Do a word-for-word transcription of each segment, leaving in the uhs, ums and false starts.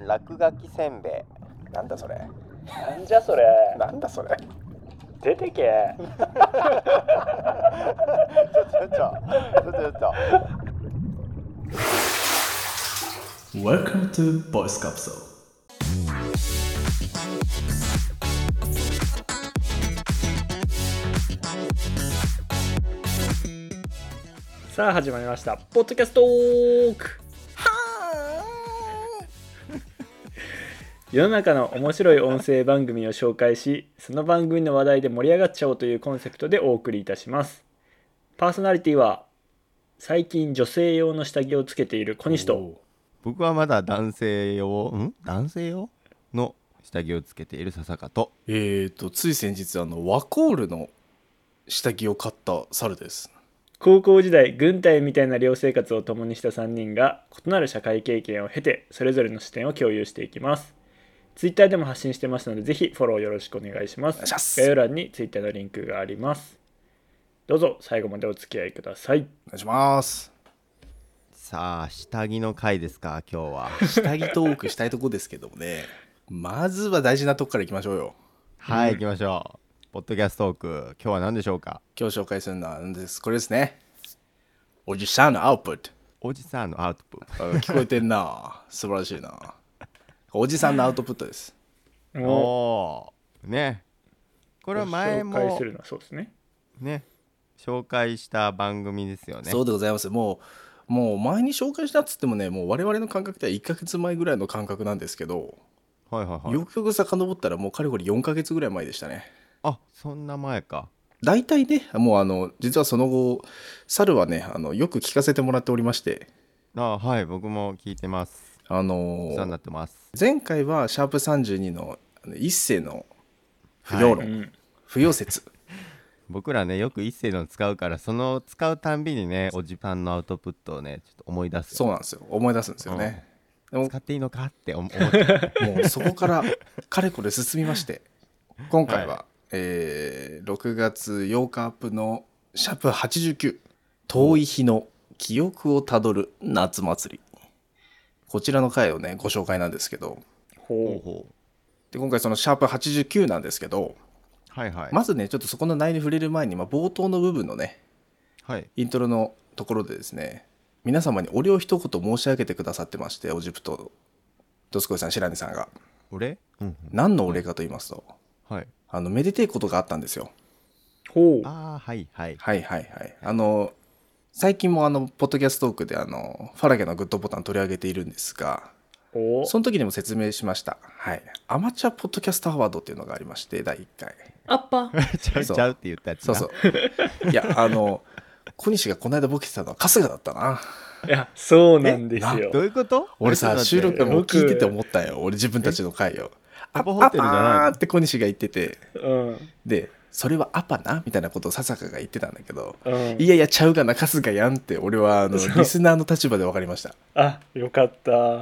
落書きせんべい。なんだそれ。 なんじゃそれ。 なんだそれ。 出てけ。 ちょっとちょっとちょっとちょっと。 Welcome to Voice Capsule。 さあ始まりましたポッドキャストーク。世の中の面白い音声番組を紹介し、その番組の話題で盛り上がっちゃおうというコンセプトでお送りいたします。パーソナリティは最近女性用の下着をつけている小西と、 僕はまだ男性用ん男性用の下着をつけている笹香と、 えーとつい先日あのワコールの下着を買った猿です。 高校時代軍隊みたいな寮生活を共にしたさんにんが異なる社会経験を経てそれぞれの視点を共有していきます。ツイッターでも発信してますのでぜひフォローよろしくお願いします。概要欄にツイッターのリンクがあります。どうぞ最後までお付き合いください。 お願いします。 さあ下着の回ですか今日は。 下着トークしたいとこですけどもねまずは大事なとこからいきましょうよ。 はい、行きましょう。ポッドキャストトーク、今日は何でしょうか。 今日紹介するのは何です。これですね。おじさんのアウトプット。 おじさんのアウトプット。 聞こえてんな。素晴らしいな。おじさんのアウトプットです。 おおーね、これは前も紹介するのはそうですね。 ね紹介した番組ですよね。 そうでございます。もうもう前に紹介したっつってもね、もう我々の感覚ではいっかげつまえぐらいの感覚なんですけど、 はいはいはい。 よくよく遡ったらもうかれこれよんかげつぐらい前でしたね。 あ、そんな前か。 大体ね、もうあの実はその後猿はねあのよく聞かせてもらっておりまして、 あ、はい、僕も聞いてます。 あのお世話になってます。 前回はシャープさんじゅうにの一世の不要論、 はい、 不要説。 僕らねよく一世の使うから、その使うたんびにねおじさんのアウトプットをねちょっと思い出す。 そうなんですよ、思い出すんですよね、 うん、 でも使っていいのかって思ってもうそこからかれこれ進みまして今回は、 はい、 えー、ろくがつようかアップのシャープはちじゅうきゅう、遠い日の記憶をたどる夏祭り、こちらの回をねご紹介なんですけど、 ほうほう。 で今回そのシャープはちじゅうきゅうなんですけど、 はいはい、 まずねちょっとそこの内容に触れる前に、まあ、冒頭の部分のね、 はい、 イントロのところでですね、皆様にお礼を一言申し上げてくださってまして、オジプトドスコイさん、白根さんが。 俺、うんうん、 何のお礼かと言いますと、 はい、 あのめでてえことがあったんですよ。 ほう。 ああ、はいはいはいはいはい。あの最近もあのポッドキャストトークであのファラゲのグッドボタン取り上げているんですが、 おその時にも説明しました、はい、アマチュアポッドキャストアワードっていうのがありまして、だいいっかい。 アッパちゃうちゃうって言ったやつな。 そうそういやあの小西がこの間ボケてたのは春日だったな。 いやそうなんですよ。 どういうこと？ 俺さ収録も聞いてて思ったよ、俺自分たちの回を。アパホテルじゃないのって小西が言ってて、 うん、 でそれはアパなみたいなことを笹香が言ってたんだけど、 うん、 いやいやちゃうがな春日やんって俺はあのリスナーの立場で分かりました。 あ、よかった。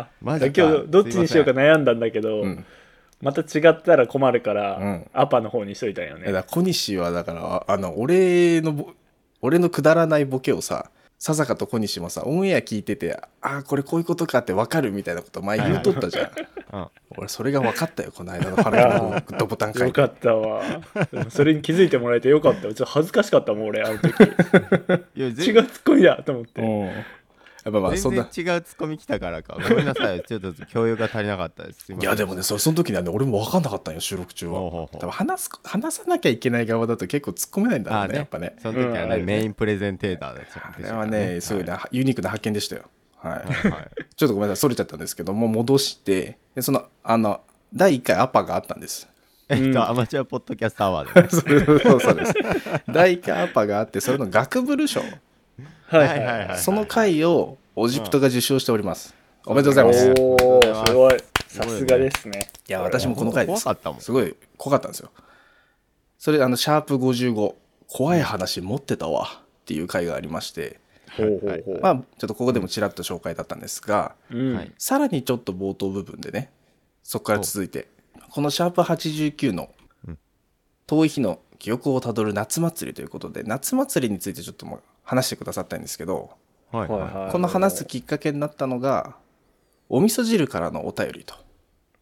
マジか。 今日どっちにしようか悩んだんだけど、 うん、 また違ったら困るから、 うん、 アパの方にしといたんよね。 だから小西はだからあの俺のボ俺のくだらないボケをさ、笹香と小西もさオンエア聞いてて、ああこれこういうことかって分かるみたいなこと前言うとったじゃん、 うん、 俺それが分かったよこの間のファラキのグッドボタン会。 よかったわ。でもそれに気づいてもらえてよかった。ちょっと恥ずかしかったもん俺あの時。 いや違うツッコミだと思って。 うん、やっぱまあそんな全然違うツッコミ来たからか。ごめんなさい、ちょっと共有が足りなかったです。すいません。 いやでもね そ, その時にはね俺も分かんなかったんよ収録中は。 ほうほうほう。 多分話す話さなきゃいけない側だと結構突っ込めないんだろうね、 ねやっぱね。 その時はね、 うん、 メインプレゼンテーターであれはねすごいね、はい、ユニークな発見でしたよ。はい、はいはい、ちょっとごめんなさいそれちゃったんですけども、戻してでそのあのだいいっかいアパがあったんです。 えっと、うん、アマチュアポッドキャストアワード、ね、 そうそうですだいいっかいアパがあって、それの学ブル賞、 はいはいはいはい、 その回をオジプトが受賞しております、うん、おめでとうございます。 おーすごい、さすがですね。 いや私もこの回です怖かったもん。 すごい怖かったんですよ。それあのシャープごじゅうご、怖い話持ってたわっていう回がありまして、 ほうほうほう、 まあちょっとここでもちらっと紹介だったんですが、 うんはい、 さらにちょっと冒頭部分でね、そこから続いてこのシャープはちじゅうきゅうの遠い日の記憶をたどる夏祭りということで、夏祭りについてちょっとも話してくださったんですけど、 はいはい、 この話すきっかけになったのがお味噌汁からのお便りと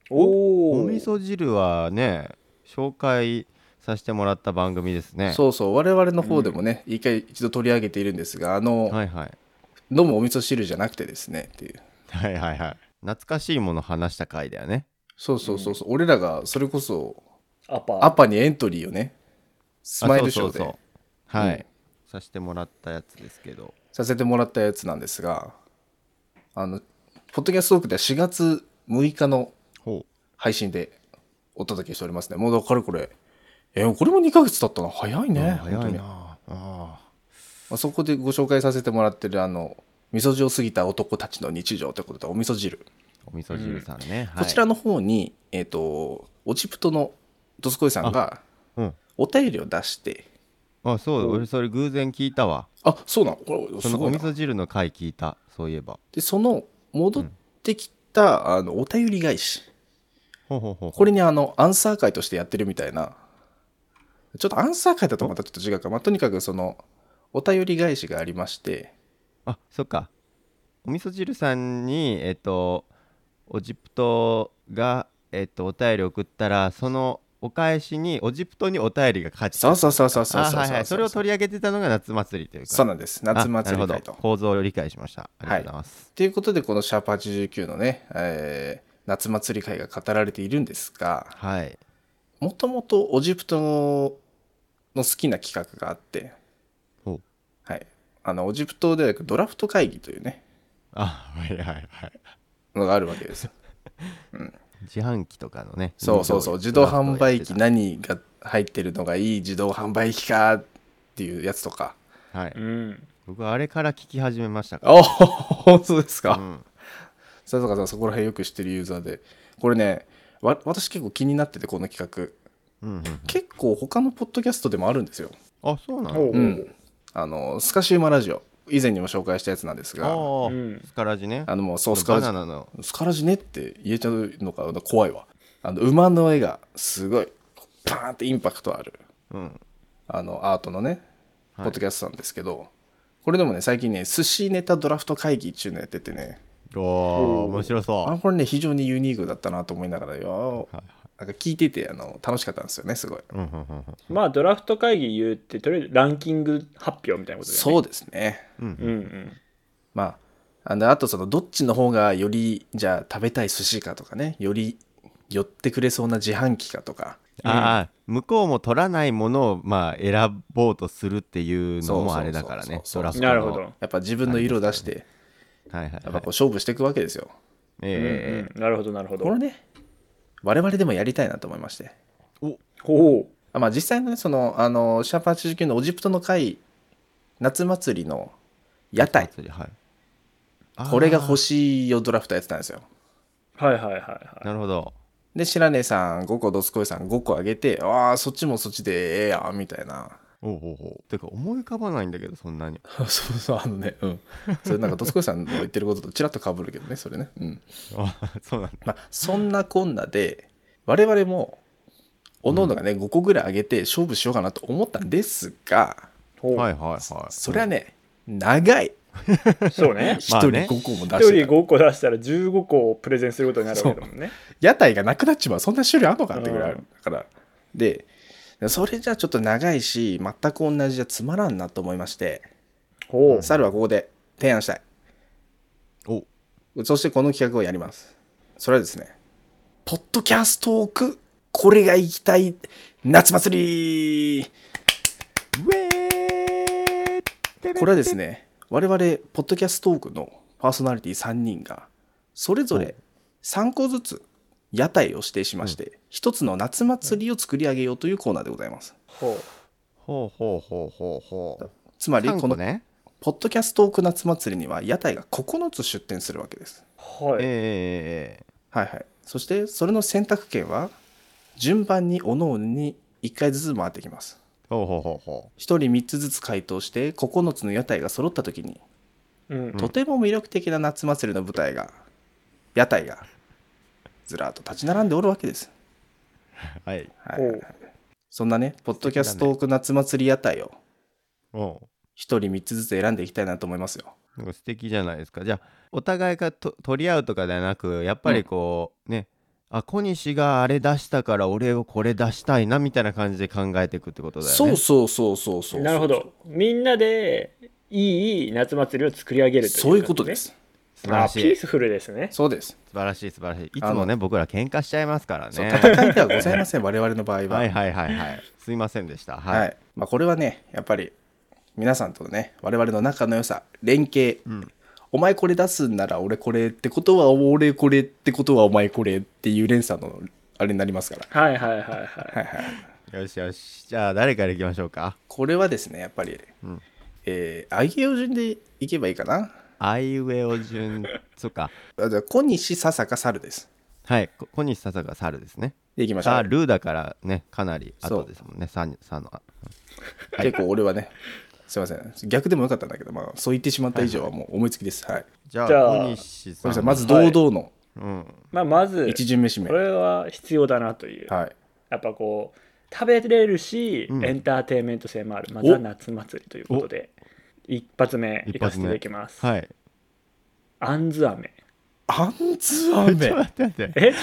おお味噌汁はね紹介させてもらった番組ですね。 そうそう、我々の方でもね、一回一度取り上げているんですが、あの、 はいはい飲むお味噌汁じゃなくてですねっていう。 はいはいはい。懐かしいもの話した回だよね。 そうそうそうそう、俺らがそれこそアパアパにエントリーをね、スマイルショーであそうそうそうはい、 うんさせてもらったやつですけど。 させてもらったやつなんですが、あのポッドキャストトークではしがつむいかのほ配信でお届けしておりますね。もうだからこれえこれもにかげつ経ったの早いね。 う早い本当になあ。 まあ、そこでご紹介させてもらってるあの味噌汁を過ぎた男たちの日常ということでお味噌汁、 お味噌汁さんね、はい、 こちらの方にえっ、とオチプトのドスコイさんがうんお便りを出して、 あそうだ、俺それ偶然聞いたわ。 あそうなのこれそのおすごいな。 味噌汁の回聞いた、そういえば。 でその戻ってきた、あのお便り返し、 ほうほうほう。 これにあのアンサー会としてやってるみたいな、ちょっとアンサー会だとまたちょっと違うか、まあ、とにかくそのお便り返しがありまして、 あそっか、お味噌汁さんにえっとオジプトがえっとお便り送ったら、そのお返しにオジプトにお便りが返ってきた。 そうそうそうそうそうそうそう、 あはいはい、それを取り上げてたのが夏祭りというか。 そうなんです、夏祭りあなる会とほど、構造を理解しました。ありがとうございます。 ということでこのシャープはちじゅうきゅうのね、えー夏祭り会が語られているんですが、 はい。 もともとオジプトの好きな企画があって、 ほう。 はい、あのオジプトではドラフト会議というねあはいはいはい。 のがあるわけですよ。 自販機とかのね。 そうそうそう、自動販売機何が入ってるのがいい自動販売機かっていうやつとか。 はい。 うん僕はあれから聞き始めましたから。 あ本当ですか。 うん。 佐藤さんそこら辺よく知ってるユーザーで、これねわ私結構気になってて、この企画うんうん。 結構他のポッドキャストでもあるんですよ。 あそうなの。 おううんあのスカシウマラジオ、以前にも紹介したやつなんですが、 ああ、 うんスカラジね。 あのもうそうスカラジバナナの。 スカラジねって言えちゃうのか怖いわ。あの馬の絵がすごいパーンってインパクトあるうん。 あのアートのねはいポッドキャストなんですけど、これでもね最近ね寿司ネタドラフト会議っていうのやっててね、 おお面白そう。 あこれね非常にユニークだったなと思いながらよ、なんか聞いててあの楽しかったんですよね、すごい。 うんうんうんうん。 まあドラフト会議言うってとりあえずランキング発表みたいなことだよね。 そうですね。 うんうんまああのあとそのどっちの方がよりじゃあ食べたい寿司かとかね、より寄ってくれそうな自販機かとか、 ああ、向こうも取らないものをまあ選ぼうとするっていうのもあれだからね。 そうそうそうそうドラフトのなるほど。 やっぱ自分の色を出してはいはいはい。 やっぱこう勝負していくわけですよ。 ええうんうんなるほどなるほど。 これね我々でもやりたいなと思いまして、 ほう。 あまあ実際のねそのあのシャープはちじゅうきゅうのオジプトの会夏祭りの屋台、 祭りはい。 これが欲ししいよドラフトやってたんですよ。 はいはいはいはい。 なるほど。 で白根さんごこ、どすこいさんごこあげて、ああそっちもそっちでええやんみたいな。 おうおうおう。てか思い浮かばないんだけどそんなに。 そうそうあのねうんそれなんかどすこいさんの言ってることとちらっとかぶるけどねそれね。うんあそうなんだ。 まあそんなこんなで我々もおのおのがねごこぐらいあげて勝負しようかなと思ったんですが、 ほう。 はいはいはい。 それはね長い。 そうね。 一まあね人ごこも出一人してたらごこ出したらじゅうごこをプレゼンすることになるわけだもんね。 屋台がなくなっちまう、そんな種類あんのかってぐらいあるからで、それじゃちょっと長いし全く同じじゃつまらんなと思いまして、 ほう。 猿はここで提案したい。 おそしてこの企画をやります。それはですね、ポッドキャストトークこれが行きたい夏祭り。 ウェーこれはですね、我々ポッドキャストトークのパーソナリティさんにんがそれぞれさんこずつ屋台を指定しまして一つの夏祭りを作り上げようというコーナーでございます。 ほう。 ほうほうほうほうほう。 つまりこのさんこね。 ポッドキャストトーク夏祭りには屋台がここのつ出店するわけです。 はい。 ええはいはい。そしてそれの選択権は順番に各々にいっかいずつ回ってきます。 ほうほうほうほひとりみっつずつ回答してここのつの屋台が揃った時に、 うん。 とても魅力的な夏祭りの舞台が屋台がずらっと立ち並んでおるわけです。 う。はい。 はいほう。 そんなねポッドキャストトーク夏祭り屋台をおうひとりみっつずつ選んでいきたいなと思いますよ。 なんか素敵じゃないですか。じゃあお互いがと取り合うとかではなく、やっぱりこう、ねあ小西があれ出したから俺をこれ出したいなみたいな感じで考えていくってことだよね。 そうそうそうそうそう。 なるほど。みんなでいい夏祭りを作り上げるという、ね、 そういうことです。 素晴らしい。 あ、ピースフルですね。 そうです。 素晴らしい素晴らしい。いつもね僕ら喧嘩しちゃいますからね。 戦いではございません我々の場合は。 はいはいはいはい。すいませんでした。はい。 はい、まあ、これはねやっぱり皆さんとのね我々の仲の良さ連携、うん、お前これ出すんなら俺これってことは俺これってことはお前これっていう連鎖のあれになりますから。 はいはいはいはい。はいはい、 よしよし。じゃあ誰からいきましょうか。 これはですねやっぱり、うんえー、あいうえお順でいけばいいかな。 あいうえお順そうか。 あじゃあ小西笹香猿です。 はい、小西笹香猿ですね。 でいきましょう。 猿だからねかなり後ですもんね。さんの、はい、 結構俺はねすいません逆でもよかったんだけど、まあ、そう言ってしまった以上はもう思いつきです。はい、はい、 じゃあ小西さんまず堂々の、はいうんまあ、まず一巡目指名これは必要だなという、 はい、 やっぱこう食べれるし、うん、エンターテインメント性もあるまた夏祭りということで一発目いかせていただきます。 はい、 あんず飴。 あんず飴ちょっと待って待ってえ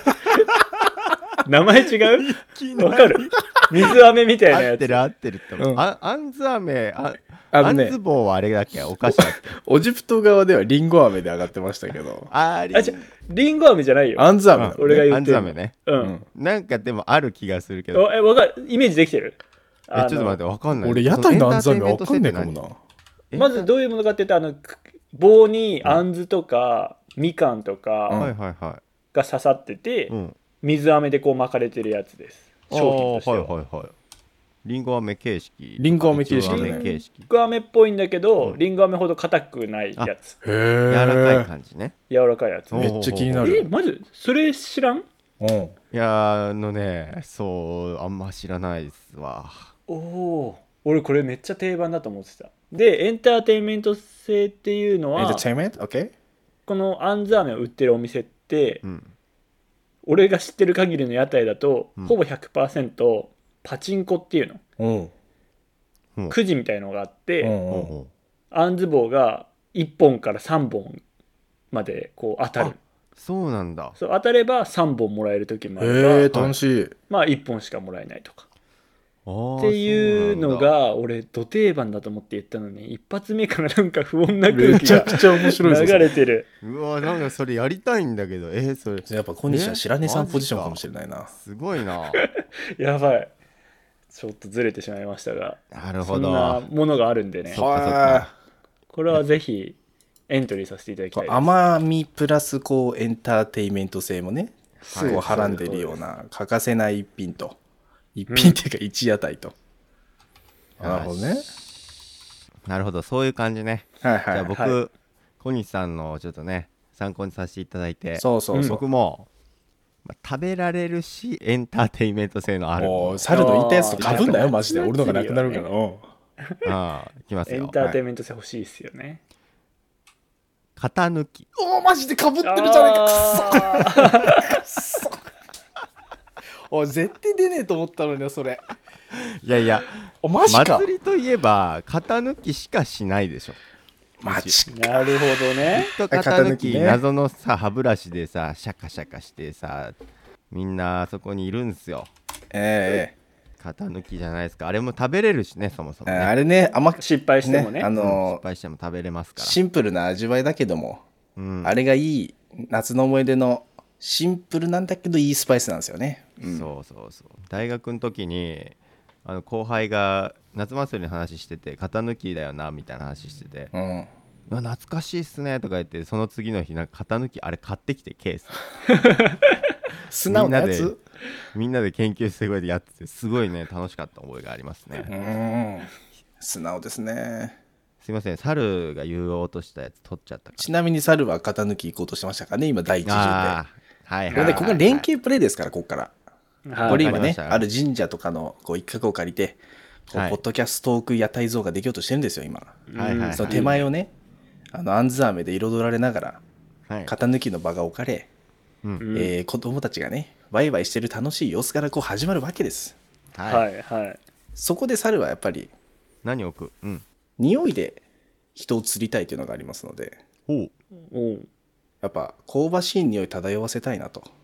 名前違うわかる水飴みたいなやつ。 合ってる合ってるって、うん、あ, あんず飴ああ、ね、 あんず棒はあれだっけお菓子だっけオジプト側ではリンゴ飴で上がってましたけどああじゃリンゴ飴じゃないよ。 あんず飴、ね、 俺が言ってるあんず飴ね、 うん、 なんかでもある気がするけどえわかるイメージできてる。 えちょっと待ってわかんない。 俺屋台のあんず飴わかんないかもな。 まずどういうものかっていうとあの棒にあんずとか、うん、みかんとかが刺さってて、うん、水飴でこう巻かれてるやつです。商品としては。 はいはいはい。リンゴ飴形式。 リンゴ飴形式。 リンゴ飴っぽいんだけど、うん、リンゴ飴ほど硬くないやつ。 へえ。柔らかい感じね。 柔らかいやつ。 めっちゃ気になる。 え、マジそれ知らん？ うん。 いやあのね、そうあんま知らないですわ。 おお。俺これめっちゃ定番だと思ってた。でエンターテインメント性っていうのはエンターテインメント OK このあんず飴を売ってるお店って、うん、俺が知ってる限りの屋台だと、うん、ほぼ ひゃくパーセント パチンコっていうの、うん、くじみたいのがあって、うん、あんず棒がいっぽんからさんぼんまでこう当たる。 そうなんだ。 そう当たればさんぼんもらえる時もあれば、 へー楽しい。 まあいっぽんしかもらえないとかっていうのが俺ド定番だと思って言ったのに一発目からなんか不穏な空気が流れてる。 うわなんかそれやりたいんだけどえー、それやっぱ小西は白根さんポジションかもしれないな。 すごいなやばいちょっとずれてしまいましたがなるほどそんなものがあるんでね。 そっかそっかこれはぜひエントリーさせていただきたいです。 甘みプラスこうエンターテインメント性もねすごいはらんでるような欠かせない一品と一品っていうか一屋台と、うん、なるほどね。 なるほどそういう感じね。 はいはい、 じゃあ僕、はい、小西さんのちょっとね参考にさせていただいてそうそうそう、 僕も、まあ、食べられるしエンターテインメント性のあるもう猿の言ったやつとかぶんだよマジで俺のがなくなるから、ね、 ああいきますよ。 エンターテインメント性欲しいですよね。 型抜き。おーマジでかぶってるじゃないかくっそくっそおい絶対出ねえと思ったのになそれ。 いやいやおマジか。 祭りといえば型抜きしかしないでしょ。 マジか。 なるほどね。 きっと型抜き謎のさ歯ブラシでさシャカシャカしてさみんなあそこにいるんすよ。 ええー型抜きじゃないですか。あれも食べれるしねそもそもね。 あれね甘く失敗してもね、 あのー、 失敗しても食べれますから。 シンプルな味わいだけども、うん、あれがいい夏の思い出のシンプルなんだけどいいスパイスなんですよね、 うん、そうそうそう。大学の時にあの後輩が夏祭りの話してて型抜きだよなみたいな話してて、うん、懐かしいっすねとか言ってその次の日なんか型抜きあれ買ってきてケース素直なやつみんなで研究してこうやってやっててすごいね楽しかった覚えがありますね。 うん素直ですね。 すいません猿が言おうとしたやつ取っちゃったから。 ちなみに猿は型抜き行こうとしてましたかね今第一巡で。はいはいはい、はい、 ここ連携プレイですからここから、はい、これ今ねある神社とかのこう一角を借りてこう、はい、ポッドキャストトーク屋台像ができようとしてるんですよ今、はいはいはい、その手前をねあのあんず飴で彩られながら、はい、型抜きの場が置かれ、うんえー、子供たちがねワイワイしてる楽しい様子からこう始まるわけです。 はいはい。 そこで猿はやっぱり何を置く、うん、 匂いで人を釣りたいというのがありますので、 おうやっぱ香ばしい匂い漂わせたいなと。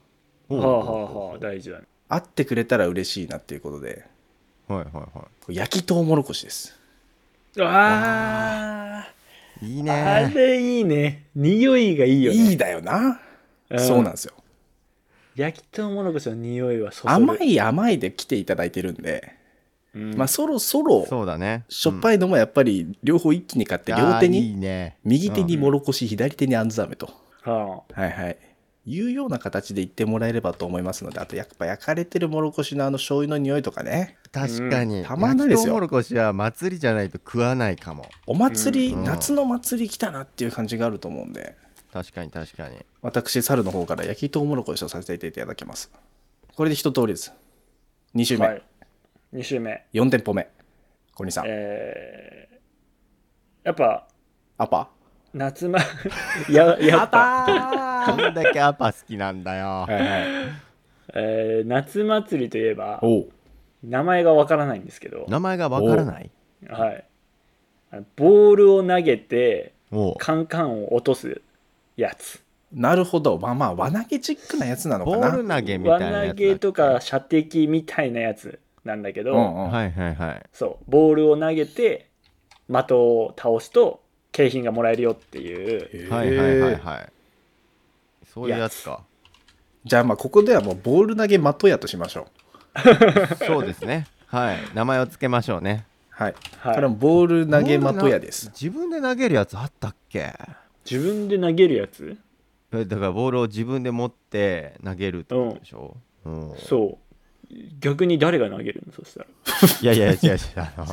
はあはあはあ大事だね。 会ってくれたら嬉しいなっていうことで、 はいはいはこれ焼きとうもろこしです。 あい。いいーあね。 れいいね。匂いがいいよね。 いいだよな、 うんそうなんですよ。 焼きとうもろこしの匂いはそそる。 甘い甘いで来ていただいてるんで、 うん、 まあそろそろそうだね。 しょっぱいのもやっぱり両方一気に買って、両手いいにね。 右手にもろこし、左手にあんず飴と、 ははいはいいうような形で言ってもらえればと思いますので、あとやっぱ焼かれてるもろこしのあの醤油の匂いとかね、 確かに。 たまんないですよ焼きとうもろこしは祭りじゃないと食わないかも。 お祭り、 うん夏の祭り来たなっていう感じがあると思うんで、 確かに確かに。 私猿の方から焼きとうもろこしとさせていただきます。これで一通りです。に週目、 はい、に週目、 よん店舗目、小西さん、 えー、やっぱアパ夏まややっぱ、 どんだけアパ好きなんだよ。 はいはいえー夏祭りといえばおう名前がわからないんですけど、 名前がわからない。 はい、あのボールを投げておうカンカンを落とすやつ。 なるほど、まあまあ輪投げチックなやつなのかボな。 ール投げみたいなやつだっけ。 輪投げとか射的みたいなやつなんだけど、 うんうん、 はいはいはい。 そうボールを投げて的を倒すと景品がもらえるよっていう。 はいはいはいはい。そういうやつか。 じゃあまあここではもうボール投げ的やとしましょう。 そうですね。はい。名前をつけましょうね。 はい、 はいこれはボール投げ的やです。 自分で投げるやつあったっけ？ 自分で投げるやつ。 えだからボールを自分で持って投げるってことでしょ。うん。 そう逆に誰が投げるのそしたら。 いやいや違う違う。あの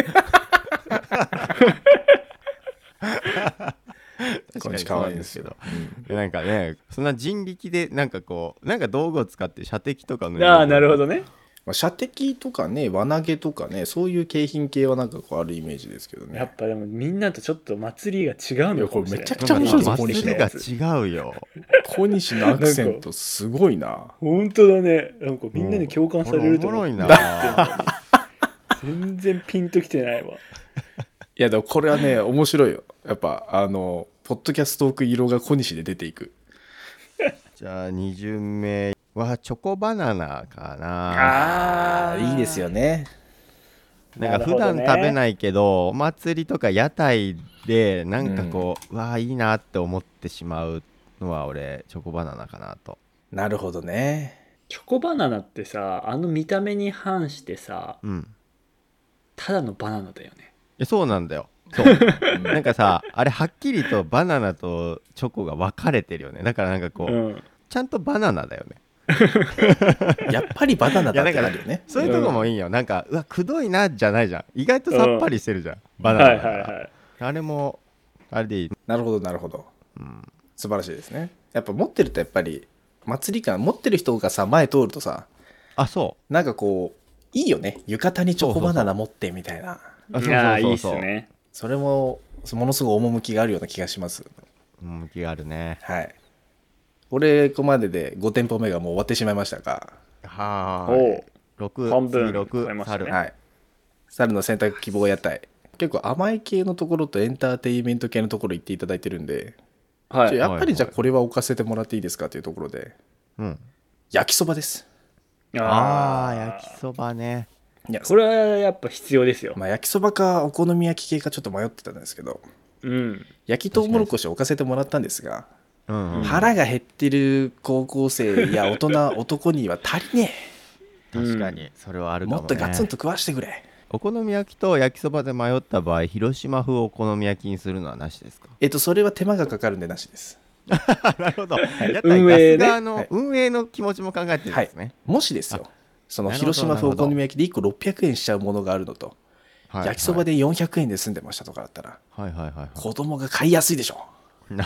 これかわいいんですけど。 でなんかね、そんな人力でなんかこうなんか道具を使って射的とかのああなるほどね。 まあ、射的とかね輪投げとかねそういう景品系はなんかこうあるイメージですけどね。 やっぱでもみんなとちょっと祭りが違うのかもしれない。 いやこれめちゃくちゃ面白いぞなんか祭りが違うよ。 小西のアクセントすごいな。 本当だね。なんかみんなに共感されると思う。 おもろいな。 全然ピンときてないわ。 いやでもこれはね面白いよ。やっぱあのポッドキャストトーク色が小西で出ていく。 じゃあに巡目はチョコバナナかな。 ああいいですよね。 なんか普段食べないけどお祭りとか屋台でなんかこう、うん、うわーいいなって思ってしまうのは俺チョコバナナかなと。 なるほどね。 チョコバナナってさあの見た目に反してさ、 うん、 ただのバナナだよね。 いやそうなんだよ。そうなんかさあれはっきりとバナナとチョコが分かれてるよね。だからなんかこう、うん、ちゃんとバナナだよね。 やっぱりバナナだってあるよね。 そういうとこもいいよ。なんかうわくどいなじゃないじゃん。意外とさっぱりしてるじゃん、うん、バナナだから、はいはいはい、あれもあれでいい。 なるほどなるほど、 うん、 素晴らしいですね。やっぱ持ってるとやっぱり祭り感持ってる人がさ前通るとさあそうなんかこういいよね。浴衣にチョコバナナ持ってみたいな。 そうそうそう。いやいいっすね。 それもものすごい趣があるような気がします。 趣があるね。 はい。俺ここまででご店舗目がもう終わってしまいましたが、 はーい。ろく半分ろく猿、 ね、はい。猿の選択希望屋台。結構甘い系のところとエンターテインメント系のところ行っていただいてるんで、はい、やっぱりじゃあこれは置かせてもらっていいですかというところで、 うん、 焼きそばです。 ああ焼きそばね。 いやこれはやっぱ必要ですよ。 まあ、焼きそばかお好み焼き系かちょっと迷ってたんですけど、 うん、 焼きとうもろこしを置かせてもらったんですが、 うんうん、 腹が減ってる高校生や大人男には足りねえ。確かにそれはあるかもね。 もっとガツンと食わしてくれ。 お好み焼きと焼きそばで迷った場合広島風お好み焼きにするのはなしですか？ えっとそれは手間がかかるんでなしです。 なるほど。屋台ガス側の運営の気持ちも考えてるんですね、はい、 もしですよその広島風お好み焼きでいっころっぴゃくえんしちゃうものがあるのと、はいはい、焼きそばでよんひゃくえんで済んでましたとかだったら、 はいはいはいはい、 子供が買いやすいでしょ。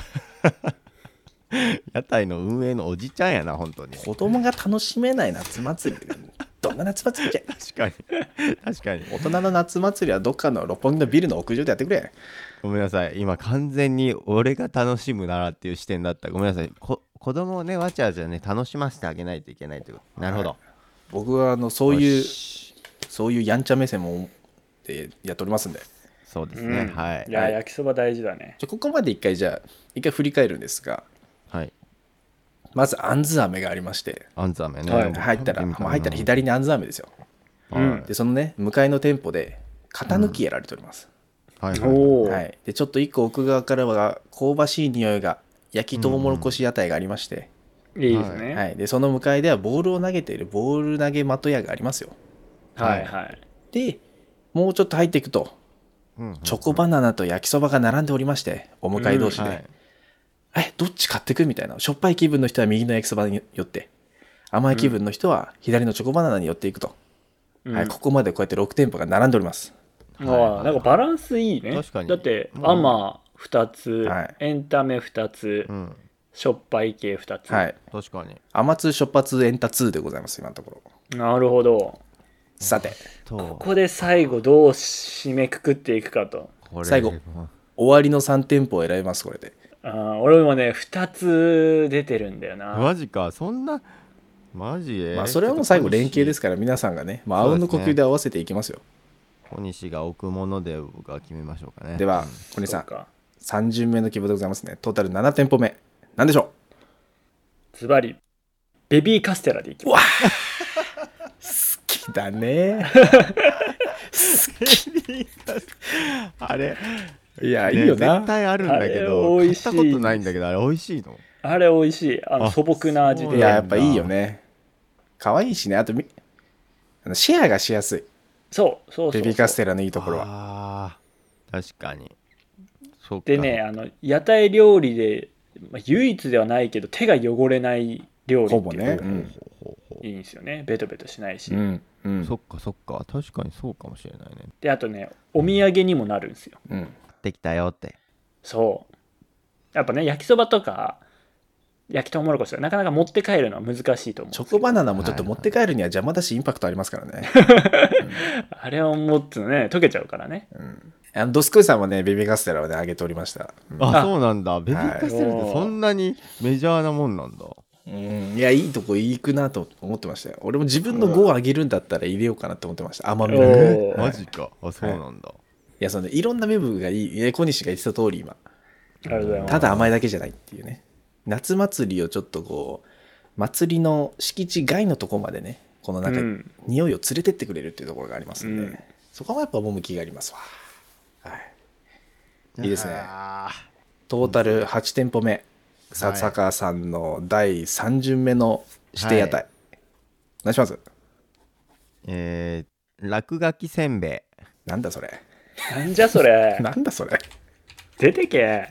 屋台の運営のおじちゃんやな本当に。 子供が楽しめない夏祭りどんな夏祭りじゃ。 確かに確かに。 大人の夏祭りはどっかの六本木のビルの屋上でやってくれ。 ごめんなさい今完全に俺が楽しむならっていう視点だった。ごめんなさい。こ子供をねわちゃわちゃね楽しませてあげないといけないということ。なるほど、はい、 僕はあのそういうそういうやんちゃ目線もでやっておりますんで。 そうですね、うん、はい。 いや焼きそば大事だね。 じゃここまで一回じゃあ一回振り返るんですが、 はい。 まずあんず飴がありまして、 あんず飴ね、 はい入ったら、 食べてみたいなまあ入ったら左にあんず飴ですよ。 うんでそのね向かいの店舗で型抜きやられております、 はいはい、 おお、 はい、でちょっと一個奥側からは香ばしい匂いが焼きとうもろこし屋台がありまして、 いいですね。 はい、でその向かいではボールを投げているボール投げ的屋がありますよ。 はいはい。 でもうちょっと入っていくと、 うんうん、 チョコバナナと焼きそばが並んでおりまして、お向かい同士で、 うんはい、 えどっち買ってくみたいな。しょっぱい気分の人は右の焼きそばに寄って、甘い気分の人は左のチョコバナナに寄っていくと、 うんはい、ここまでこうやってろく店舗が並んでおります。 ああ、なんかバランスいいね。 確かにだってうんアマふたつ、 はいエンタメふたつ、 うん、 しょっぱい系ふたつ、 はい、 確かに甘通しょっぱ通エンタツーでございます今のところ。 なるほど。 さてとここで最後どう締めくくっていくかと。 これ最後終わりのさん店舗を選びますこれで。 あー俺もねふたつ出てるんだよな。 マジか、そんなマジで、 まあそれはもう最後連携ですから皆さんがね、まああうんの呼吸で合わせていきますよ。 小西が置くもので僕は決めましょうかね。 では小西さそうんかさん巡目の希望でございますね。トータルなな店舗目何でしょズバリベビーカステラでいきます。 う。好きだね。 あれいや、 ねいいよな絶。対あるんだけどあれ美味しい買ったことないんだけど、あれ美味しいの？ あれ美味しい。あのあ素朴な味そうで。 いややっぱいいよね。可愛いしね。あとみあのシェアがしやすい。 そうそうそうそう。 ベビーカステラのいいところは。 あー確かに。そっかでね、あの屋台料理で、まあ、唯一ではないけど手が汚れない料理ってほぼね。 いうのがうん。 いいんですよね。ベトベトしないし。 うん。うん。 そっかそっか、確かにそうかもしれないね。 であとねお土産にもなるんですよ。 うん。 できたよって。 そうやっぱね焼きそばとか焼きとうもろこしとかなかなか持って帰るのは難しいと思う。 チョコバナナもちょっと持って帰るには邪魔だしインパクトありますからね。 あれを持つのね溶けちゃうからね。 あのドスクーさんはねベビーカステラをねあげておりました。うんああそうなんだ。ベビーカステラってそんなにメジャーなもんなんだ。 うん、いやいいとこ行くなと思ってましたよ。俺も自分のごをあげるんだったら入れようかなと思ってました。甘みのね。 おーマジか。あそうなんだ。 いやそのねいろんな部分がいい。いや小西が言ってた通り今。 ありがとうございます。 ただ甘いだけじゃないっていうね。夏祭りをちょっとこう祭りの敷地外のとこまでねこのなんか、 うん匂いを連れてってくれるっていうところがありますんで、 うんそこはやっぱ趣がありますわ。はい。いいですね。 あトータルはち店舗目、笹川さんのだいさん巡目の指定屋台、お願いします。 えー、落書きせんべい。 なんだそれ。 なんじゃそれなんだそれ。 出てけ。 ち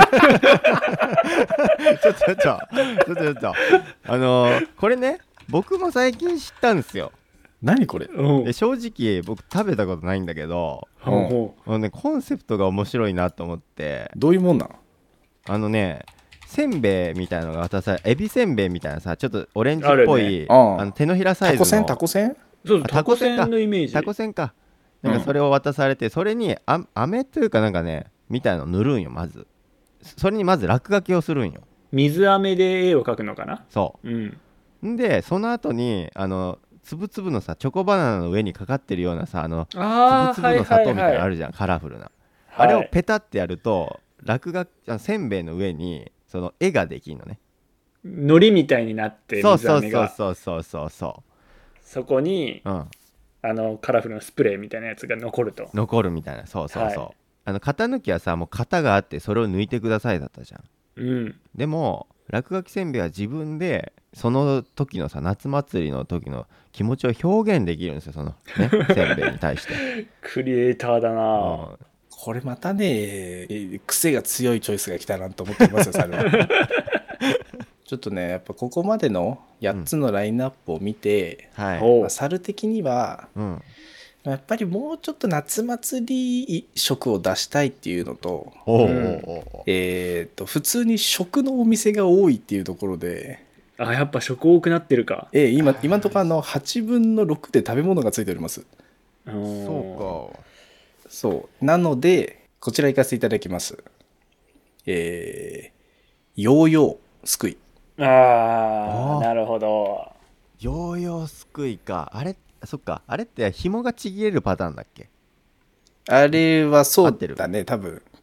ょっとちょっとちょっとちょっとあのー、これね僕も最近知ったんですよ。 何これ。 うんで正直僕食べたことないんだけど、 ほうほあのね、コンセプトが面白いなと思って、 どういうもんなの。 あのねせんべいみたいなのが渡されエビせんべいみたいなさちょっとオレンジっぽい、 あるねあああの手のひらサイズのタコせんタコせん。 う。そうそうあタコせんタコせんかのイメージ。 タコせんかなんかそれを渡されて、それにあ飴というかなんかねみたいの塗るんよ。まずそれにまず落書きをするんよ。 水飴で絵を描くのかな。 そうん。 うんでその後にあのつぶつぶのさチョコバナナの上にかかってるようなさあのあつぶつぶの砂糖みたいなのある。 るじゃん、カラフルな、 はいあれをペタってやると落書きあのせんべいの上にその絵ができるのね。 海苔みたいになってそうそう水飴がそうそうそうそうそそこにう、うん、 あのカラフルなスプレーみたいなやつが残ると。 残るみたいな。そうそうそう、 はいあの型抜きはさもう型があってそれを抜いてくださいだったじゃん。 うん。 でも落書きせんべいは自分でその時のさ夏祭りの時の気持ちを表現できるんですよ、そのねせんべいに対して、 クリエイターだな。 うんこれまたねえ癖が強いチョイスが来たなと思ってますよそれは。ちょっとねやっぱここまでのやっつのラインナップを見て、 はい、 おまあ、猿的にはうん、 やっぱりもうちょっと夏祭り食を出したいっていうのと、 おうおううんおうおうえー、と普通に食のお店が多いっていうところで、 あやっぱ食多くなってるか。 えー今今のところあのはちぶんのろくで食べ物がついております。 そそうかそうなのでこちら行かせていただきます。えー、ヨーヨーすくい。 ああーあなるほど。 ヨーヨーすくいか。あれそっかあれって紐がちぎれるパターンだっけ。 あれはそう合ってるだね多分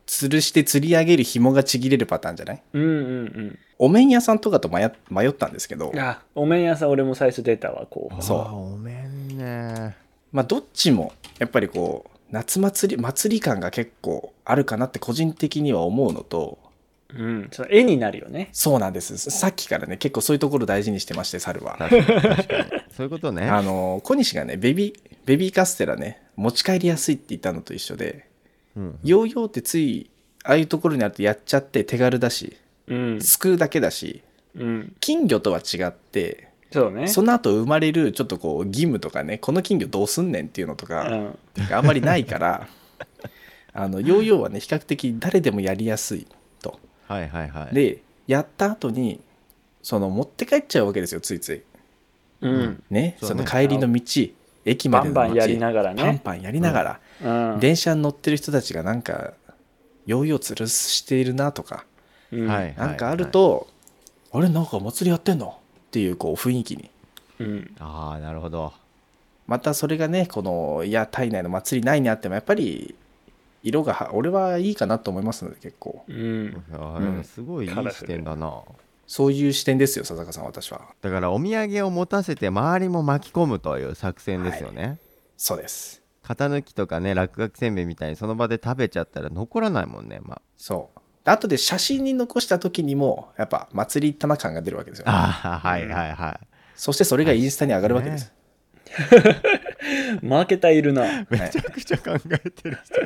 吊るして吊り上げる紐がちぎれるパターンじゃない？ うんうんうんお面屋さんとかと迷迷ったんですけど、 あお面屋さん俺も最初出たわこうそうあーお面ね。 まあどっちもやっぱりこう夏祭り祭り感が結構あるかなって個人的には思うのと、 うんその絵になるよね。 そうなんです。さっきからね結構そういうところ大事にしてまして、猿は確かに確かにそういうことね。 あの小西がねベビーベビーカステラね持ち帰りやすいって言ったのと一緒で、 うんヨーヨーってついああいうところにあるとやっちゃって手軽だし、 うんすくうだけだし、 うん金魚とは違ってそうねその後生まれるちょっとこう義務とかね、この金魚どうすんねんっていうのとかうんがあんまりないからあのヨーヨーはね比較的誰でもやりやすいと。 はいはいはい。 でやった後にその持って帰っちゃうわけですよ、ついついうんね。 そうねその帰りの道、駅までの道バンバンやりながらねパンパンやりながら、 うん電車に乗ってる人たちがなんかヨーヨー吊るしているなとか、 うんはいなんかあると、あれなんかお祭りやってんのっていうこう雰囲気に、 うんああなるほど。 またそれがねこのいや体内の祭りないにあってもやっぱり色が俺はいいかなと思いますので、結構うんあうんーすごいいい視点だな。 そういう視点ですよ、佐坂さん。私はだからお土産を持たせて周りも巻き込むという作戦ですよね。 そうです。 型抜きとかね落書きせんべいみたいにその場で食べちゃったら残らないもんね。まそうあとで写真に残した時にもやっぱ祭り行ったな感が出るわけですよ、 ああはいはいはい。 そしてそれがインスタに上がるわけです、 マーケターいるなはいめちゃくちゃ考えてる人。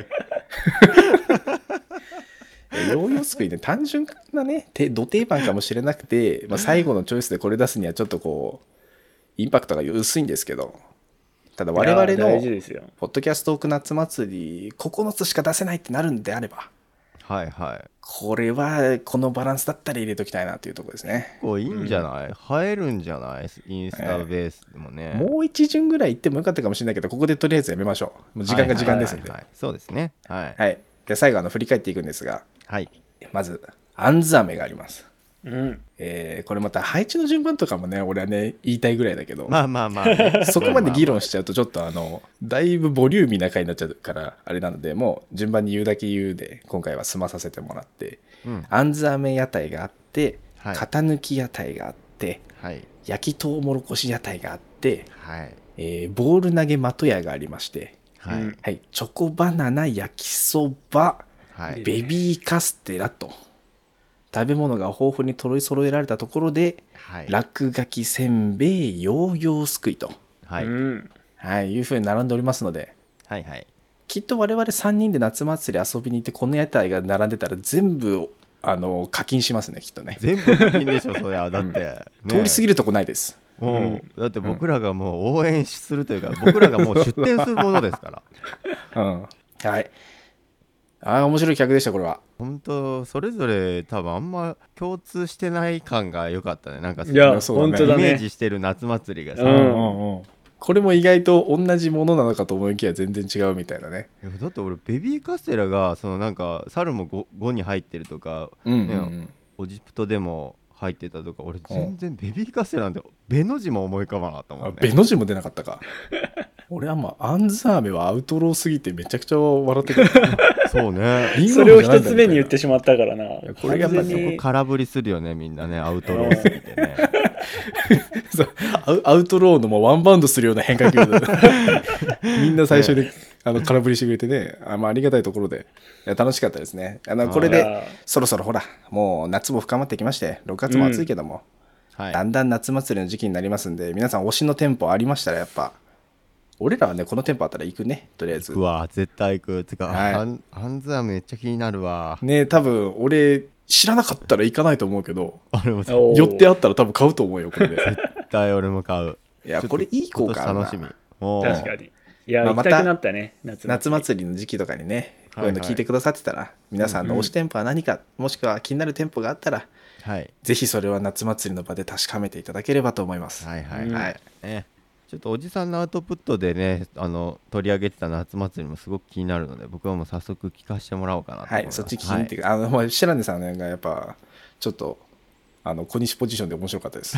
ヨーヨーすくいね単純なねて土定番かもしれなくて、まあ、最後のチョイスでこれ出すにはちょっとこうインパクトが薄いんですけど、ただ我々 いや大事のですよ。 ポッドキャストオーク夏祭りここのつしか出せないってなるんであれば、 はいはい。 これはこのバランスだったら入れときたいなというところですね。 こういいんじゃない、映えるんじゃないインスタベースでもね。 もう一巡ぐらい行ってもよかったかもしれないけど、ここでとりあえずやめましょう。もう時間が時間ですんで。 はいはいはいはいそうですね。はい。 はい。で最後あの振り返っていくんですが、 はい。 まずあんず飴があります。 うんえーこれまた配置の順番とかもね俺はね言いたいぐらいだけど、 まあまあまあ、ね、 そこまで議論しちゃうとちょっとあのだいぶボリューミーな回になっちゃうからあれなので、もう順番に言うだけ言うで今回は済まさせてもらって、 うんあんず飴屋台があって、 はい型抜き屋台があって、 はい焼きとうもろこし屋台があって、 はいえーボール投げ的屋がありまして、 はい、 うんはい、チョコバナナ焼きそば、 はいベビーカステラと食べ物が豊富に取り揃えられたところで、 はい落書きせんべいヨーヨーすくいと、 はい、 うんはい、いうふうに並んでおりますので、 はいはいきっと我々さんにんで夏祭り遊びに行ってこの屋台が並んでたら全部あの課金しますね、きっとね。 全部課金でしょそりゃだって、ね通り過ぎるとこないです。 もうだって僕らがもう応援するというか、僕らがもう出店するものですからうん、はい。ああ面白い企画でしたこれは。 本当それぞれ多分あんま共通してない感が良かったね。なんかいやそうだね本当だイメーねジしてる夏祭りがさ、 うんうんうんこれも意外と同じものなのかと思いきや全然違うみたいなね。 いやだって俺ベビーカステラがそのなんか猿も 5, 5に入ってるとか、 うんうんうんねオジプトでも入ってたとか、俺全然ベビーカステラなんてベの字も思い浮かばなかったもんあね。 ベの字も出なかったか。俺はまあアンザーメはアウトローすぎてめちゃくちゃ笑ってくる。 そうねリンゴそれをじゃないんだ一つ目に言ってしまったからな。 これがまあ完全に空振りするよねみんなね、アウトローすぎてね。 そうアウアウトローのもうワンバウンドするような変化球でみんな最初に、あの空振りしてくれてね、あ,、まあ、ありがたいところでいや楽しかったですね。あのこれでいやそろそろほらもう夏も深まってきまして、ろくがつも暑いけども、 はいだんだん夏祭りの時期になりますんで、皆さん推しの店舗ありましたらやっぱ俺らはねこの店舗あったら行くね、とりあえずうわ絶対行く。てか、 はいあんあんずはめっちゃ気になるわ。 ね。多分俺知らなかったら行かないと思うけど、 俺も絶おー寄ってあったら多分買うと思うよこれで。 対俺も買う。 いやこれいい効果あるな。 今年楽しみ。おー確かに。いや、 まあまた行きたくなったね、夏夏祭祭りの時期とかにね、こうはいはいいうの聞いてくださってたら、皆さんの推し店舗は何か、もしくは気になる店舗があったら、 はいぜひそれは夏祭りの場で確かめていただければと思います。 はいはいうんはい、ね、ちょっとおじさんのアウトプットでねあの取り上げてた夏祭りもすごく気になるので、僕はもう早速聞かせてもらおうかなとはい、 思います。 そっち聞きに行ってく、あのもう白根さんがやっぱちょっとあの小西ポジションで面白かったです。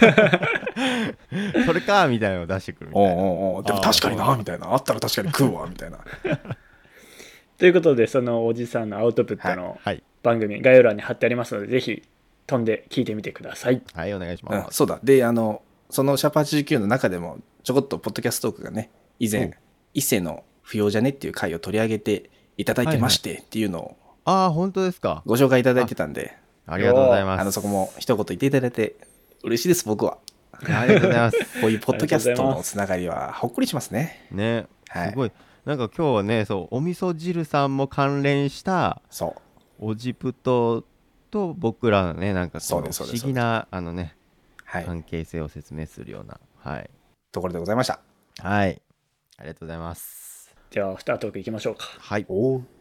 はいそれかみたいなのを出してくるみたおういな。 おうおうでも確かになみたいな、あったら確かに食うわみたいな。 ということでそのおじさんのアウトプットのはい番組、概要欄に貼ってありますのでぜひ飛んで聞いてみてください。 はいお願いしうんます、 そうだ。で、あの、そのシャープはちじゅうきゅうの中でも、ちょこっとポッドキャストトークがね、以うん前、伊勢の不要じゃねっていう回を取り上げていただいてましてっていうのをああ本当ですか。 ご紹介いただいてたんで、 ありがとうございます。 あの、そこも一言言っていただいて嬉しいです、僕は。 ありがとうございますこういうポッドキャストのつながりはほっこりしますね。 ね、 はいすごいなんか今日はねそうお味噌汁さんも関連したそう。 オジプトと僕らのねなんかそうこの不ですそうです思議なあのねはい。 関係性を説明するようなはいところでございました。 はいありがとうございます。 ではアフタートークいきましょうか。 はいおお。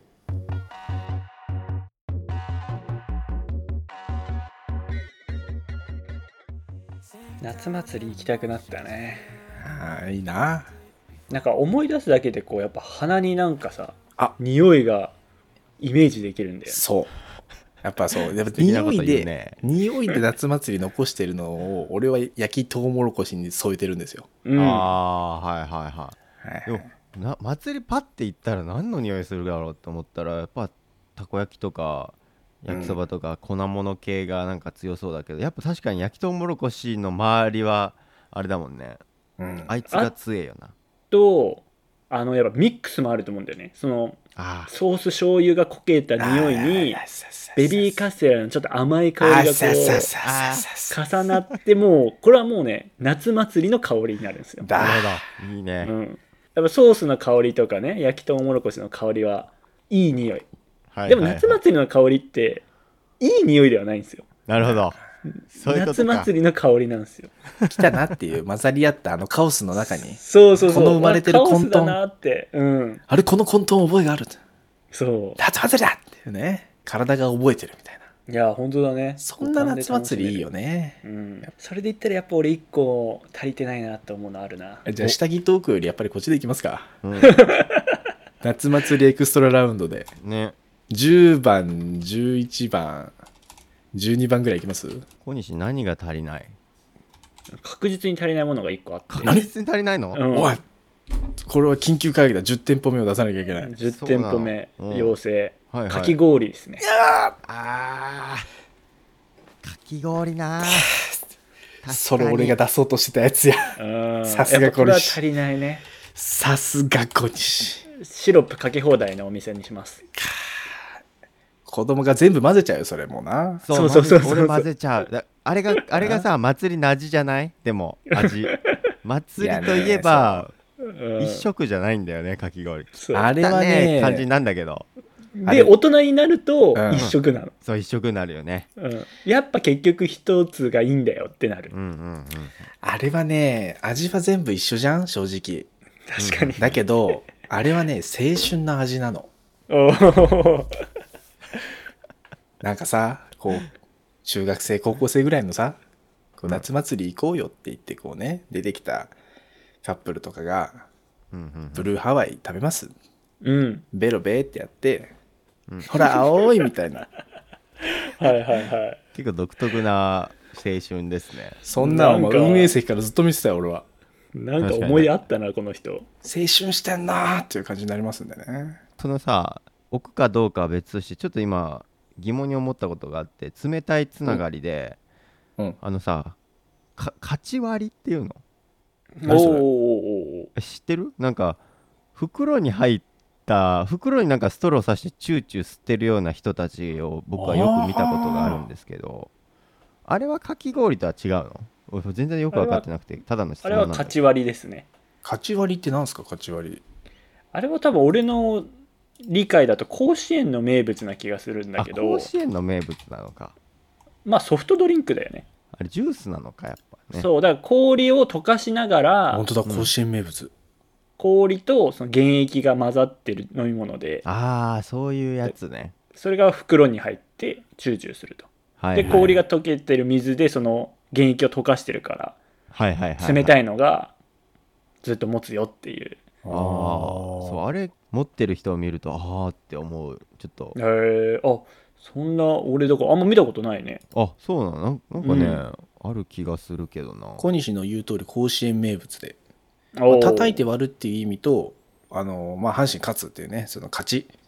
夏祭り行きたくなったね。 ああ、いいな。 なんか思い出すだけでこうやっぱ鼻になんかさあ匂いがイメージできるんだよね。 そう。やっぱそう。やっぱ敵なこと匂いで、 言うね匂いで夏祭り残してるのを、俺は焼きとうもろこしに添えてるんですよ。 うん、 ああはいはいははいいでもな祭りパッて行ったら何の匂いするだろうと思ったらやっぱたこ焼きとか焼きそばとか粉物系がなんか強そうだけど、やっぱ確かに焼きとうもろこしの周りはあれだもんね、 うん。 あいつが強えよな。 とあのやっぱミックスもあると思うんだよね。そのあソース醤油がこけた匂いにあーベビーカステラのちょっと甘い香りがこあささうさささ重なってもうこれはもうね夏祭りの香りになるんですよ。 あなるだ。 ほどいいね、 うん、やっぱソースの香りとかね焼きとうもろこしの香りはいい匂い。 はいでもはいはい夏祭りの香りっていい匂いではないんですよ。 なるほどそういうこと夏か。 祭りの香りなんですよ。 来たなっていう混ざり合ったあのカオスの中に、 そうそうそう。 この生まれてるカオ混沌スだなって。うん。 あれこの混沌覚えがある。 そ夏祭りだっていうね。体が覚えてるみたいな。 う。いや本当だね。 そんな夏祭りいいよね。 うん。それで言ったらやっぱ俺一個足りてないなって思うのあるな。 じゃあ下着トークよりやっぱりこっちでいきますか。 うん夏祭りエクストララウンドでねじゅうばんじゅういちばんじゅうにばんぐらいいきます？ 小西何が足りない？ 確実に足りないものが一個あって。 確実に足りないの？ うんおいこれは緊急会議だ。じゅってんぽめを出さなきゃいけない。 じゅってんぽめそうなの要請、 はいはいかき氷ですね。 あーかき氷なそれ俺が出そうとしてたやつや。 うんさすがやっぱこれは小西足りないね。 さすが小西。 シロップかけ放題のお店にします。 子供が全部混ぜちゃうよそれもうな。 そうそうそうそう俺混ぜちゃうだあれがあれがさ祭りの味じゃない？でも味祭りといえばうん一色じゃないんだよねかき氷。 そうあれはね感じなんだけどあれで大人になるとうん一色なの、 そう一色になるよね。 うん、やっぱ結局一つがいいんだよってなる。 うんうんうんあれはね味は全部一緒じゃん正直。 確かに。 だけどあれはね青春の味なの。 おーなんかさこう中学生高校生ぐらいのさこう夏祭り行こうよって言ってこうね出てきたカップルとかがうんうんブルーハワイ食べますうん。 ベロベーってやって、ほら青いみたいなはいはいはい。 結構独特な青春ですね。 そんなのもうなんか運営席からずっと見てたよ俺は。 なんか思い出あったなこの人。 青春してんなーっていう感じになりますんでね。 そのさ置くかどうかは別としてちょっと今疑問に思ったことがあって冷たいつながりで、 うんうんあのさかかち割りっていうの何それおーおーおー知ってる？なんか袋に入った袋になんかストローさしてチューチュー吸ってるような人たちを僕はよく見たことがあるんですけど、あれはかき氷とは違うの？俺全然よく分かってなくてただの質あれ問なんだけど。 は勝ち割りですね。 勝ち割りってなんすか勝ち割り。 あれは多分俺の理解だと甲子園の名物な気がするんだけど、 あ甲子園の名物なのか。 まあソフトドリンクだよね。 あれジュースなのかやっぱね。 そうだから氷を溶かしながら本当だ甲子園名物。 氷とその原液が混ざってる飲み物で、 ああそういうやつね。 それが袋に入ってチューチューすると。 はいはいで氷が溶けてる水でその原液を溶かしてるからはいはいはいはい、 冷たいのがずっと持つよっていう。 ああそうあれ持ってる人を見るとああって思うちょっとへえあそんな俺だからあんま見たことないね。 あそうなのなんなんかね、 うんある気がするけどな。 小西の言う通り甲子園名物で、 おー叩いて割るっていう意味とあの、まあ、阪神勝つっていうねその勝ち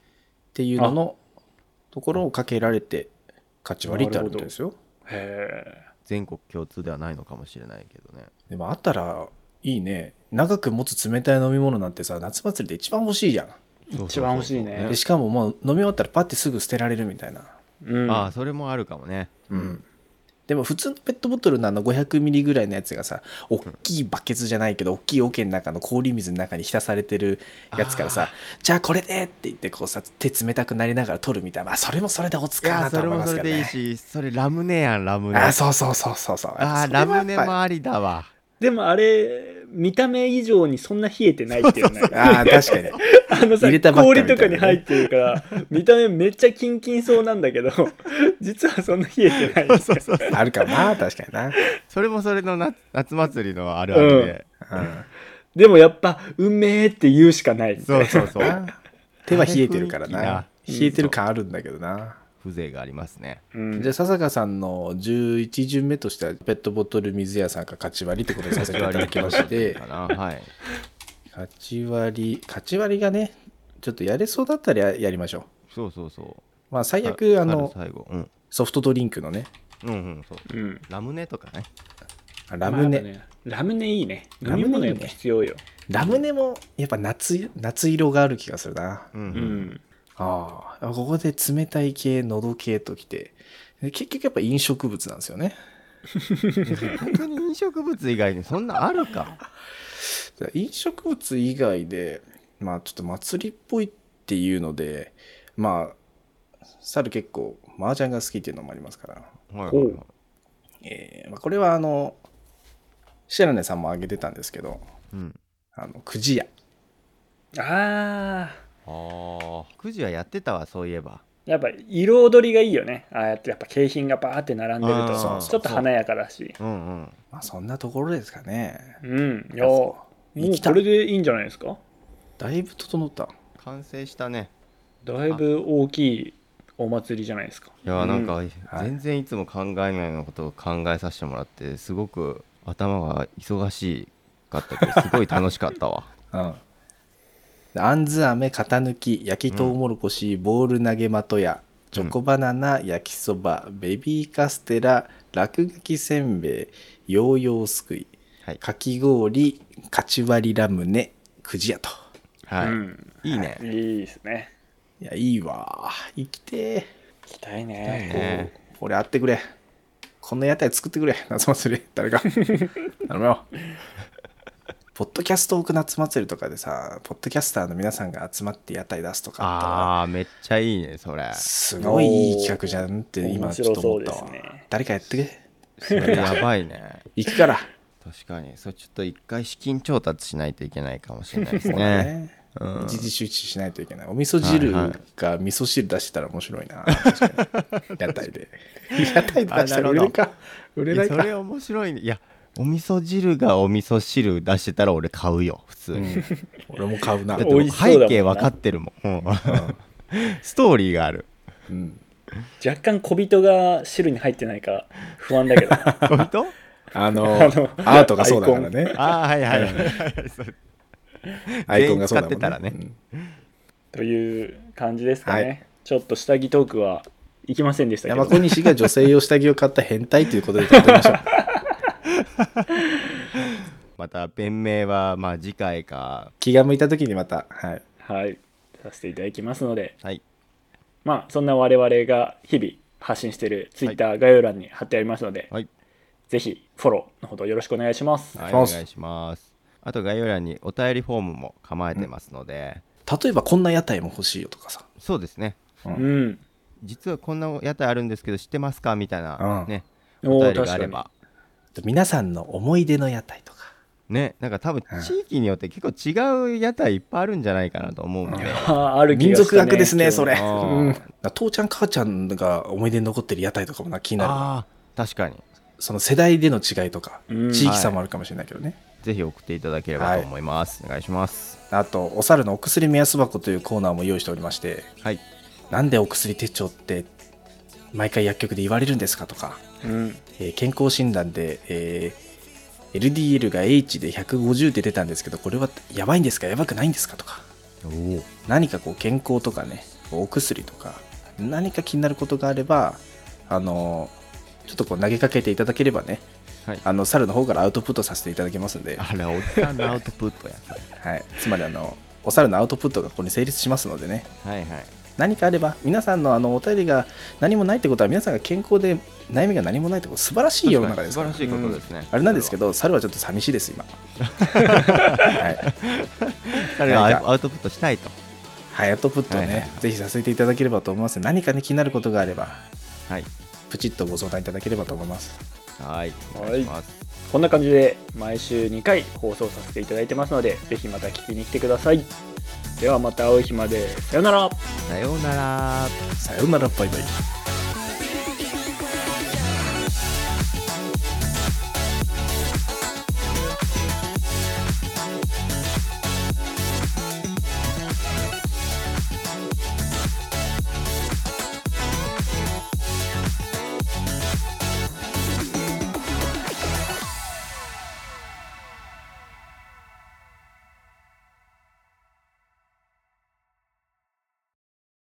っていうののところをかけられてかち割りってあるみたいですよ。 へえ。 全国共通ではないのかもしれないけどね。 でもあったらいいね。長く持つ冷たい飲み物なんてさ、夏祭りで一番欲しいじゃん。 一番欲しいねでしかももう飲み終わったらパッてすぐ捨てられるみたいな。 うん、 ああそれもあるかもね。 うんでも普通のペットボトルのあのごひゃくミリぐらいのやつがさ、大きいバケツじゃないけど大きい桶の中の氷水の中に浸されてるやつからさ、じゃあこれでって言ってこうさ、手冷たくなりながら取るみたいな、まあ、それもそれでおついやかなとそれもそれ思いますけどね。 でいいし、それラムネやんラムネ。 あそうそうそうそうそう。 あーラムネもありだわ。 でもあれ見た目以上にそんな冷えてないっていうのないああ確かにあのさ入れたばっかみたいなね氷とかに入ってるから見た目めっちゃキンキンそうなんだけど実はそんな冷えてないそうそうそうあるかもな確かにな、 それもそれの 夏, 夏祭りのあるあるで、 うん、 でもやっぱ運命って言うしかないみたいなそうそうそう手は冷えてるからあれ雰囲な気な冷えてる感あるんだけどな。 風情がありますね。 うんじゃあ笹香さんのじゅういち巡目としてはペットボトル水屋さんかかち割りってことにさせていただきましてかなはいかち割りかち割りがねちょっとやれそうだったら や, やりましょう。 そうそうそうまあ最悪あの最後うんソフトドリンクのねうんうんそううんラムネとかね。 ラムネ、 まあやっぱねラムネいいね。飲ラムネいいねみ物やっぱ必要よ。 ラムネもやっぱ夏夏色がある気がするな。 うんううんんああここで冷たい系喉系ときてで結局やっぱ飲食物なんですよね。 本当に飲食物以外にそんなあるか。 飲食物以外でまあちょっと祭りっぽいっていうのでまあ猿結構麻雀が好きっていうのもありますから、 はいはいはいえーまあ、これはあの白根さんも挙げてたんですけどうんあのくじ屋あああーくじはやってたわそういえば。 やっぱ彩りがいいよね。ああやってやっぱ景品がバーって並んでるとあーちょっと華やかだし。 うんうんまあそんなところですかね。 うんいやもう生きたこれでいいんじゃないですか。 だいぶ整った。 完成したね。 だいぶ大きいお祭りじゃないですか。 いやなんかはい全然いつも考えないようなことを考えさせてもらってすごく頭が忙しかったけどすごい楽しかったわ。 うんあんず飴型抜き焼きとうもろこし、ボール投げ的やチョコバナナ、焼きそばベビーカステラ落書きせんべいヨーヨーすくい、 はいかき氷かち割りラムネくじやと。 はい、 うんいいね。 いいですね。 いやいいわ生きて行きたいいいね。 ねこれあってくれこんな屋台作ってくれ夏祭り誰か頼むよ。ポッドキャストオーク夏祭りとかでさポッドキャスターの皆さんが集まって屋台出すとかあったらあーめっちゃいいねそれ。 すごいいい企画じゃんって今ちょっと思ったわ、 面白そうですね誰かやってくれそれやばいね。 行くから確かにそれちょっと一回資金調達しないといけないかもしれないですそうね。 だねうん一時周知しないといけない。お味噌汁はいはが味噌汁出したら面白いな、確かに屋台で屋台で出したら売れるか売れないかそれ面白いね。いやお味噌汁がお味噌汁出してたら俺買うよ普通に。 うん俺も買うなだっ美味てしそうだもんな背景分かってるもん、うんストーリーがある。 うん若干小人が汁に入ってないか不安だけど。 本当？ あのあのアートがそうだからねああはいはいはいそれアイコンがそうだもん全員使ってたらねうんという感じですかね。 はいちょっと下着トークは行きませんでしたけど。 山小西が女性用下着を買った変態ということで撮ってみましょうまた弁明はまあ次回か。 気が向いた時にまたはいはい、させていただきますので、 はいまあそんな我々が日々発信しているツイッター概要欄に貼ってありますので、 はいぜひフォローのほどよろしくお願いします。 はい、 お願いしますお願いします。あと概要欄にお便りフォームも構えてますので、 例えばこんな屋台も欲しいよとかさそうですね。 うん。 実はこんな屋台あるんですけど知ってますかみたいな、 うんねおーお便りがあれば皆さんの思い出の屋台とかねなんか多分地域によって結構違う屋台いっぱいあるんじゃないかなと思うんで、 あある気民がした、ね、 族学ですねそれ、 あーうん、父ちゃん母ちゃんが思い出に残ってる屋台とかもな気になるあー確かにその世代での違いとか、 うん地域差もあるかもしれないけどね、 ぜひ送っていただければと思います、お願いします。 あとお猿のお薬目安箱というコーナーも用意しておりまして、 はいなんでお薬手帳って毎回薬局で言われるんですかとか、 うん。 えー健康診断で、えー エルディーエル が H でひゃくごじゅうって出たんですけどこれはやばいんですかやばくないんですかとかおお何かこう健康とかねお薬とか何か気になることがあればあのちょっとこう投げかけていただければね、はい、あの猿の方からアウトプットさせていただきますんで。 あれおっさんのアウトプットやはい、つまりあのお猿のアウトプットがここに成立しますのでね、 はいはい、 何かあれば皆さんのあのお便りが何もないってことは皆さんが健康で悩みが何もないってこと素晴らしい世の中ですから。 素晴らしいことですね、 うん、あれなんですけど猿はちょっと寂しいです今はい、 猿がアウトプットしたいと、 はい、アウトプットをね、はいはいはい、ぜひさせていただければと思います。何かね気になることがあれば、はい、プチッとご相談いただければと思います。 はい、お願いします。 こんな感じで毎週にかい放送させていただいてますので、ぜひまた聞きに来てください。ではまた会う日まで。さよなら。 さようなら。 さようなら。バイバイ。